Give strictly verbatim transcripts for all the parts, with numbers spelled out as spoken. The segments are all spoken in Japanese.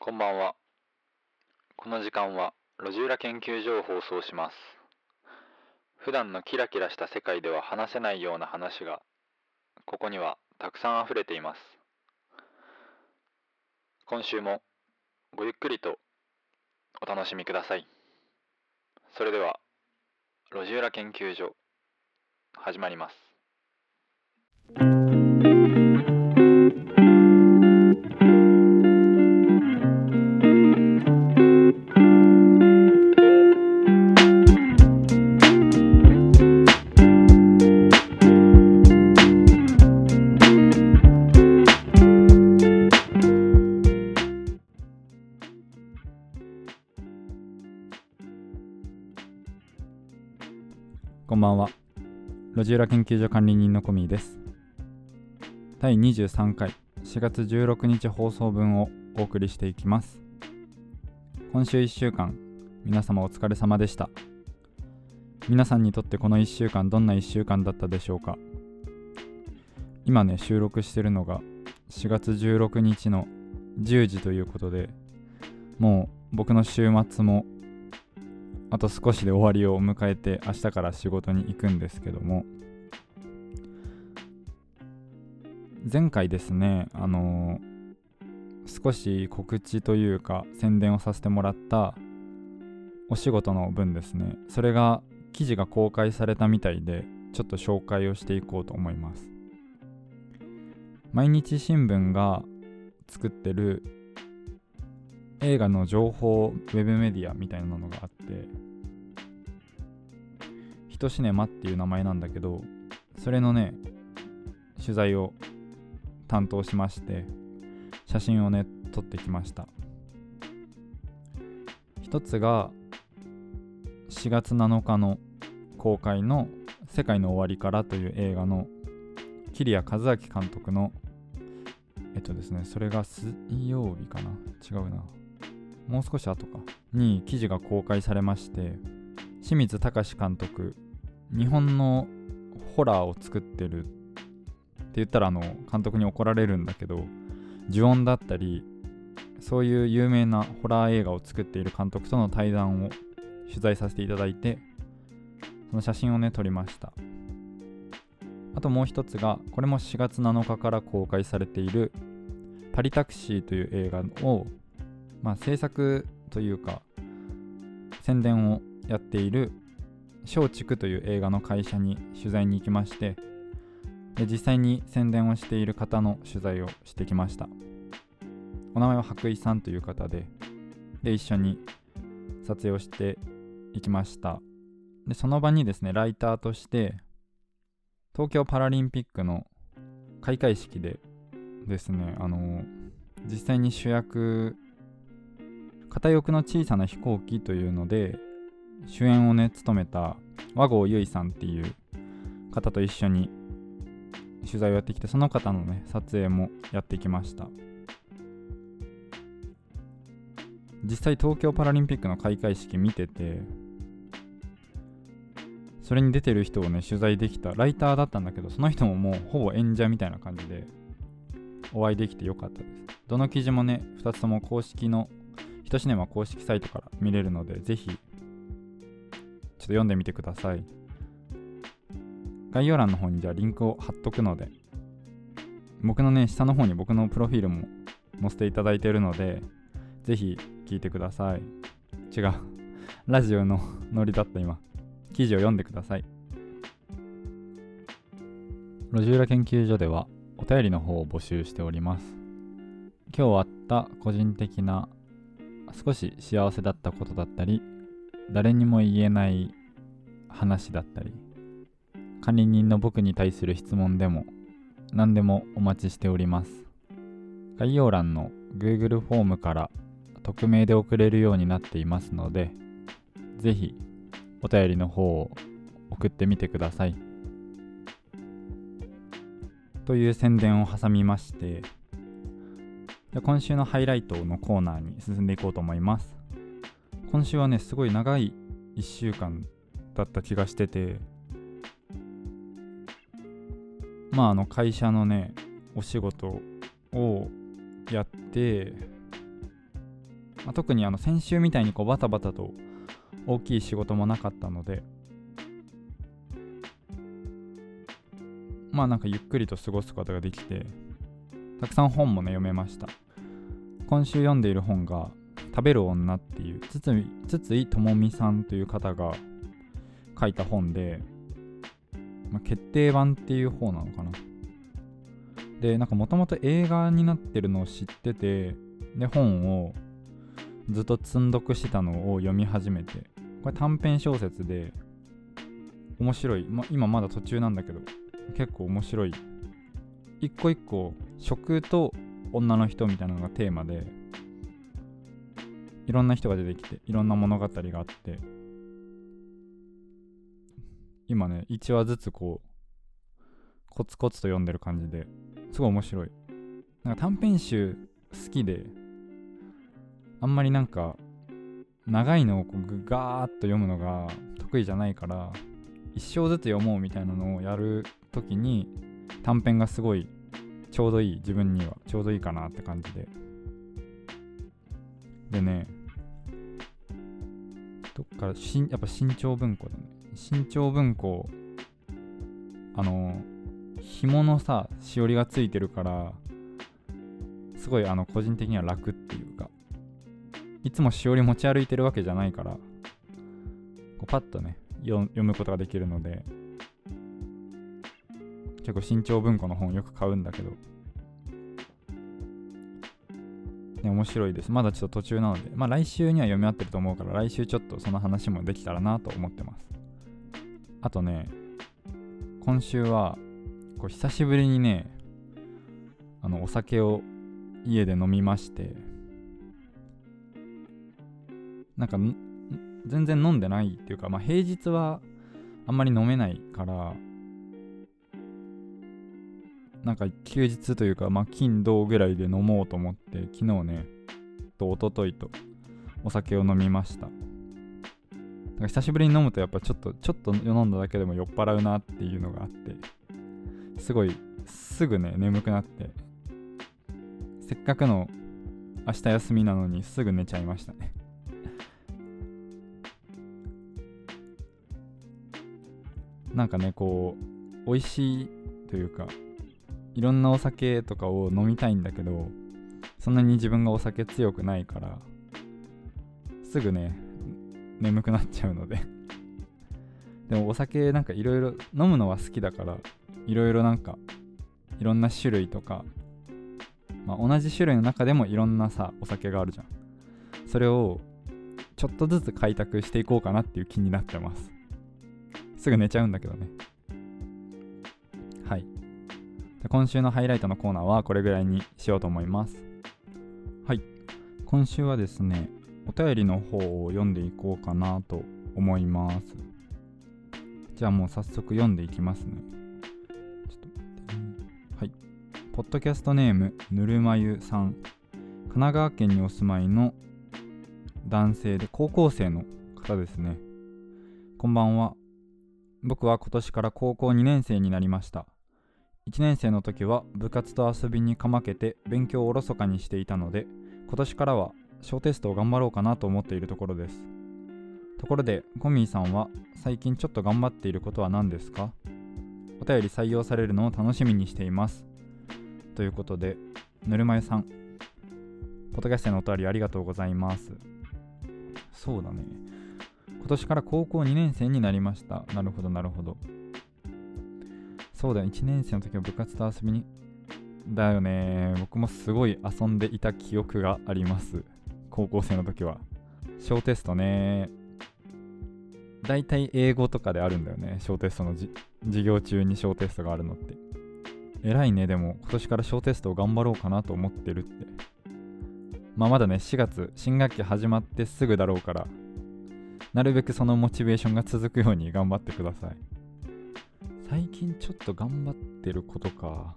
こんばんは。この時間は路地裏研究所を放送します。普段のキラキラした世界では話せないような話がここにはたくさん溢れています。今週もごゆっくりとお楽しみください。それでは路地裏研究所始まります。 こんばんは。路地裏研究所管理人のコミーです。だいにじゅうさんかいしがつじゅうろくにち放送分をお送りしていきます。今週いっしゅうかん、皆様お疲れ様でした。皆さんにとってこのいっしゅうかんどんないっしゅうかんだったでしょうか。今ね、収録してるのがしがつじゅうろくにちのじゅうじということで、もう僕の週末もあと少しで終わりを迎えて明日から仕事に行くんですけども、前回ですね、あのー、少し告知というか宣伝をさせてもらったお仕事の分ですね、それが記事が公開されたみたいで、ちょっと紹介をしていこうと思います。毎日新聞が作ってる映画の情報ウェブメディアみたいなのがあって、ヒトシネマっていう名前なんだけど、それのね取材を担当しまして、写真をね撮ってきました。一つがしがつなのかの公開の世界の終わりからという映画の桐谷和明監督のえっとですねそれが水曜日かな、違うな、もう少し後かに記事が公開されまして、清水崇監督、日本のホラーを作ってるって言ったらあの監督に怒られるんだけど、呪怨だったりそういう有名なホラー映画を作っている監督との対談を取材させていただいて、その写真をね撮りました。あともう一つが、これもしがつなのかから公開されているパリタクシーという映画をまあ、制作というか宣伝をやっている松竹という映画の会社に取材に行きまして、で実際に宣伝をしている方の取材をしてきました。お名前は白井さんという方で、で一緒に撮影をしていきました。でその場にですね、ライターとして東京パラリンピックの開会式でですね、あの実際に主役片翼の小さな飛行機というので主演をね務めた和合由依さんっていう方と一緒に取材をやってきて、その方のね撮影もやってきました。実際東京パラリンピックの開会式見てて、それに出てる人をね取材できたライターだったんだけど、その人ももうほぼ演者みたいな感じでお会いできてよかったです。どの記事もねふたつとも公式のヒトシネマ公式サイトから見れるので、ぜひちょっと読んでみてください。概要欄の方にじゃあリンクを貼っとくので、僕のね下の方に僕のプロフィールも載せていただいているので、ぜひ聞いてください。違うラジオのノリだった今。記事を読んでください。路地裏研究所ではお便りの方を募集しております。今日あった個人的な少し幸せだったことだったり、誰にも言えない話だったり、管理人の僕に対する質問でも何でもお待ちしております。概要欄の Google フォームから匿名で送れるようになっていますので、ぜひお便りの方を送ってみてください。という宣伝を挟みまして、今週のハイライトのコーナーに進んでいこうと思います。今週はねすごい長いいっしゅうかんだった気がしてて、まああの会社のねお仕事をやって、 まあ、特にあの先週みたいにこうバタバタと大きい仕事もなかったので、まあなんかゆっくりと過ごすことができて、たくさん本もね読めました。今週読んでいる本が食べる女っていう筒井筒井智美さんという方が書いた本で、まあ、決定版っていう方なのかな。で、なんかもともと映画になってるのを知ってて、で本をずっと積んどくしてたのを読み始めて、これ短編小説で面白い、ま、今まだ途中なんだけど結構面白い。一個一個食と女の人みたいなのがテーマで、いろんな人が出てきていろんな物語があって、今ねいちわずつこうコツコツと読んでる感じですごい面白い。なんか短編集好きで、あんまりなんか長いのをこうガーッと読むのが得意じゃないから、一章ずつ読もうみたいなのをやるときに短編がすごいちょうどいい、自分にはちょうどいいかなって感じで。でね、どっからしんやっぱ新潮文庫だね。新潮文庫、あの紐のさしおりがついてるから、すごいあの個人的には楽っていうか、いつもしおり持ち歩いてるわけじゃないから、こうパッとね読むことができるので、結構新潮文庫の本よく買うんだけど、ね、面白いです。まだちょっと途中なので、まあ来週には読み合ってると思うから、来週ちょっとその話もできたらなと思ってます。あとね、今週はこう久しぶりにね、あのお酒を家で飲みまして、なんか全然飲んでないっていうか、まあ平日はあんまり飲めないから、なんか休日というか、まあ金土ぐらいで飲もうと思って、昨日ねと一昨日とお酒を飲みました。なんか久しぶりに飲むとやっぱちょっとちょっと飲んだだけでも酔っ払うなっていうのがあって、すごいすぐね眠くなって、せっかくの明日休みなのにすぐ寝ちゃいましたね。なんかねこう美味しいというか、いろんなお酒とかを飲みたいんだけど、そんなに自分がお酒強くないからすぐね眠くなっちゃうのででもお酒なんかいろいろ飲むのは好きだから、いろいろなんかいろんな種類とか、まあ、同じ種類の中でもいろんなさお酒があるじゃん。それをちょっとずつ開拓していこうかなっていう気になってます。すぐ寝ちゃうんだけどね。はい。今週のハイライトのコーナーはこれぐらいにしようと思います。はい。今週はですね、お便りの方を読んでいこうかなと思います。じゃあもう早速読んでいきますね。ちょっと待ってね。はい。ポッドキャストネームぬるま湯さん。神奈川県にお住まいの男性で高校生の方ですね。こんばんは。僕は今年から高校にねん生になりました。いちねん生の時は部活と遊びにかまけて勉強をおろそかにしていたので、今年からは小テストを頑張ろうかなと思っているところです。ところでコミーさんは最近ちょっと頑張っていることは何ですか？お便り採用されるのを楽しみにしています。ということで、ぬるま湯さん、ポッドキャストのお便りありがとうございます。そうだね、今年から高校にねん生になりました。なるほどなるほど。そうだよ、いちねん生の時は部活と遊びにだよね。僕もすごい遊んでいた記憶があります。高校生の時は小テストね、だいたい英語とかであるんだよね。小テストのじ授業中に小テストがあるのって偉いね。でも今年から小テストを頑張ろうかなと思ってるって。まあまだねしがつ新学期始まってすぐだろうから、なるべくそのモチベーションが続くように頑張ってください。最近ちょっと頑張ってることか。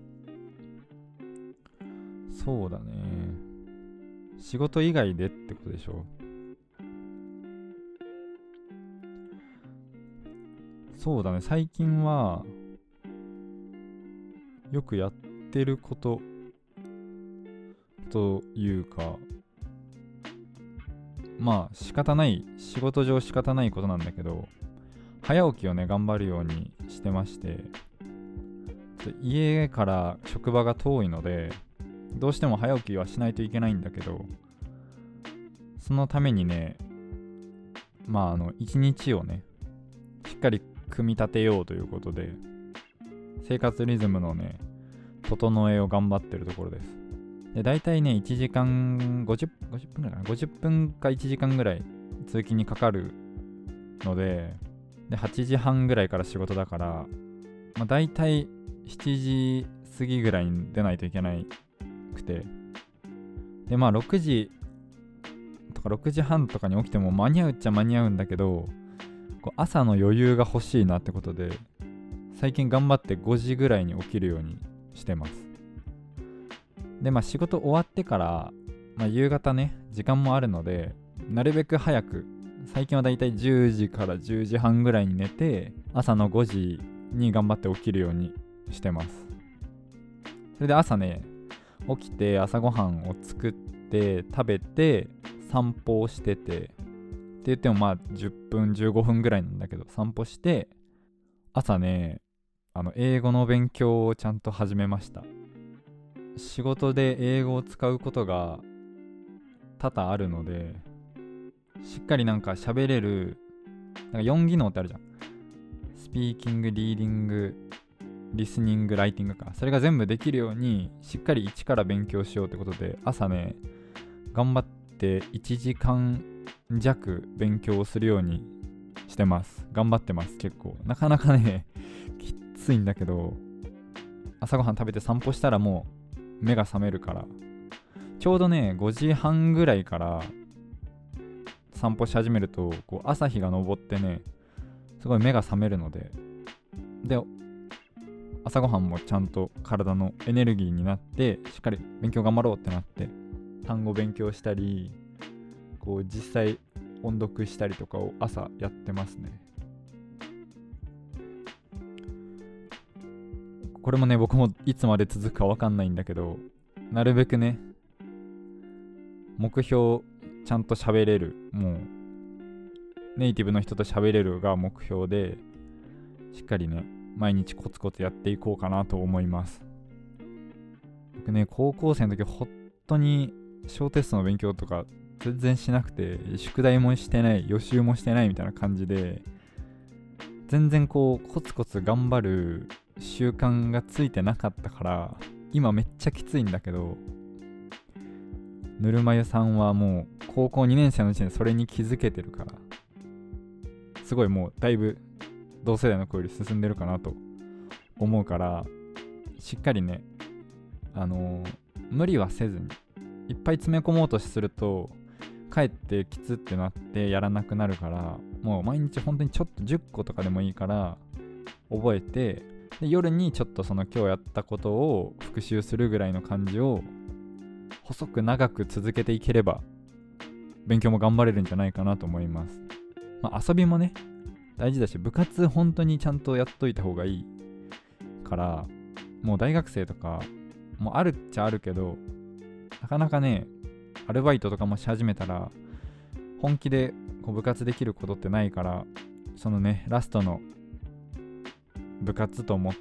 そうだね、仕事以外でってことでしょ。そうだね、最近はよくやってることというか、 まあ仕方ない仕事上仕方ないことなんだけど、早起きをね頑張るようにしてまして、家から職場が遠いのでどうしても早起きはしないといけないんだけど、そのためにねまああの一日をねしっかり組み立てようということで、生活リズムのね整えを頑張ってるところです。で大体ねいちじかんごじゅっ、ごじゅっぷんぐらいかな、ごじゅっぷんかいちじかんぐらい通勤にかかるので、ではちじはんぐらいから仕事だから、まあ、大体しちじ過ぎぐらいに出ないといけなくて、でまあろくじとかろくじはんとかに起きても間に合うっちゃ間に合うんだけど、こう朝の余裕が欲しいなってことで最近頑張ってごじぐらいに起きるようにしてます。でまあ仕事終わってから、まあ、夕方ね時間もあるので、なるべく早く、最近はだいたいじゅうじからじゅうじはんぐらいに寝て、朝のごじに頑張って起きるようにしてます。それで朝ね起きて朝ごはんを作って食べて散歩をしてて、って言ってもまあじゅっぷんじゅうごふんぐらいなんだけど、散歩して朝ねあの英語の勉強をちゃんと始めました。仕事で英語を使うことが多々あるので、しっかりなんか喋れるなんかよん技能ってあるじゃん。スピーキング、リーディング、リスニング、ライティングか。それが全部できるようにしっかり一から勉強しようってことで、朝ね頑張っていちじかん弱勉強をするようにしてます。頑張ってます。結構なかなかねきついんだけど、朝ごはん食べて散歩したらもう目が覚めるから、ちょうどねごじはんぐらいから散歩し始めるとこう朝日が昇ってねすごい目が覚めるので、で朝ごはんもちゃんと体のエネルギーになってしっかり勉強頑張ろうってなって、単語勉強したりこう実際音読したりとかを朝やってますね。これもね僕もいつまで続くか分かんないんだけど、なるべくね目標ちゃんと喋れる、もうネイティブの人と喋れるが目標で、しっかりね毎日コツコツやっていこうかなと思います。僕ね高校生の時本当に小テストの勉強とか全然しなくて、宿題もしてない、予習もしてないみたいな感じで、全然こうコツコツ頑張る習慣がついてなかったから、今めっちゃきついんだけど、ぬるま湯さんはもう高校にねん生のうちにそれに気づけてるから、すごいもうだいぶ同世代の子より進んでるかなと思うから、しっかりねあのー、無理はせずにいっぱい詰め込もうとするとかえってきつってなってやらなくなるから、もう毎日本当にちょっとじゅっことかでもいいから覚えて、で夜にちょっとその今日やったことを復習するぐらいの感じを細く長く続けていければ勉強も頑張れるんじゃないかなと思います。まあ遊びもね大事だし、部活本当にちゃんとやっといた方がいいから、もう大学生とかもうあるっちゃあるけど、なかなかねアルバイトとかもし始めたら本気でこう部活できることってないから、そのねラストの部活と思って、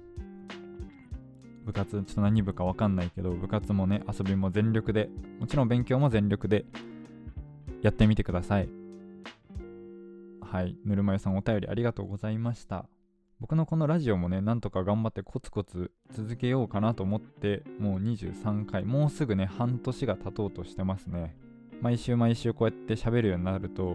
部活ちょっと何部か分かんないけど、部活もね遊びも全力で、もちろん勉強も全力でやってみてください。はい、ぬるま湯さんお便りありがとうございました。僕のこのラジオもねなんとか頑張ってコツコツ続けようかなと思って、もうにじゅうさんかい、もうすぐね半年が経とうとしてますね。毎週毎週こうやって喋るようになると、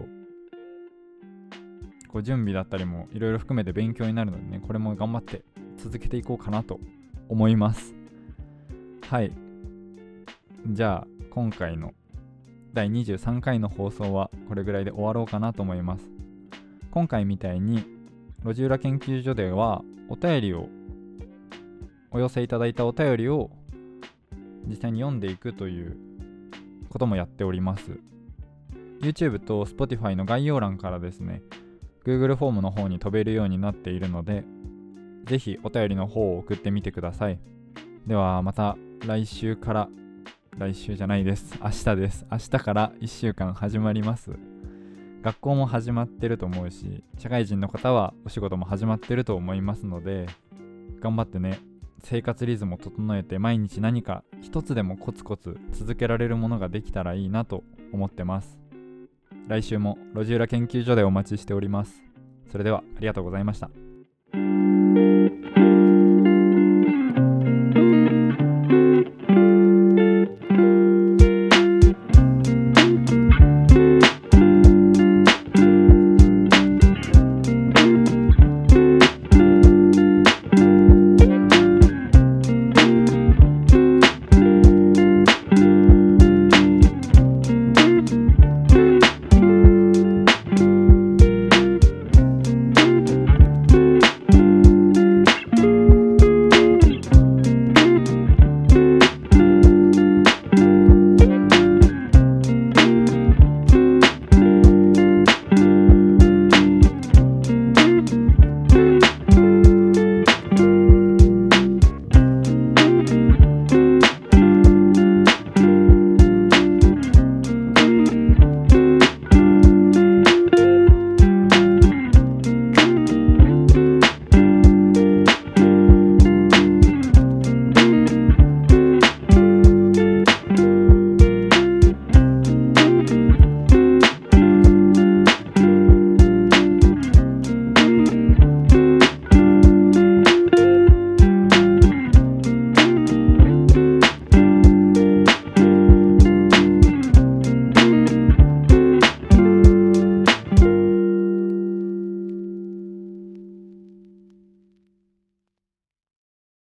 こう準備だったりもいろいろ含めて勉強になるのでね、これも頑張って続けていこうかなと思います。はい、じゃあ今回のだいにじゅうさんかいの放送はこれぐらいで終わろうかなと思います。今回みたいに路地裏研究所ではお便りをお寄せいただいたお便りを実際に読んでいくということもやっております。 YouTube と Spotify の概要欄からですね Google フォームの方に飛べるようになっているので、ぜひお便りの方を送ってみてください。ではまた来週から来週じゃないです。明日です。明日からいっしゅうかん始まります。学校も始まってると思うし、社会人の方はお仕事も始まってると思いますので、頑張ってね、生活リズムを整えて毎日何か一つでもコツコツ続けられるものができたらいいなと思ってます。来週も路地裏研究所でお待ちしております。それではありがとうございました。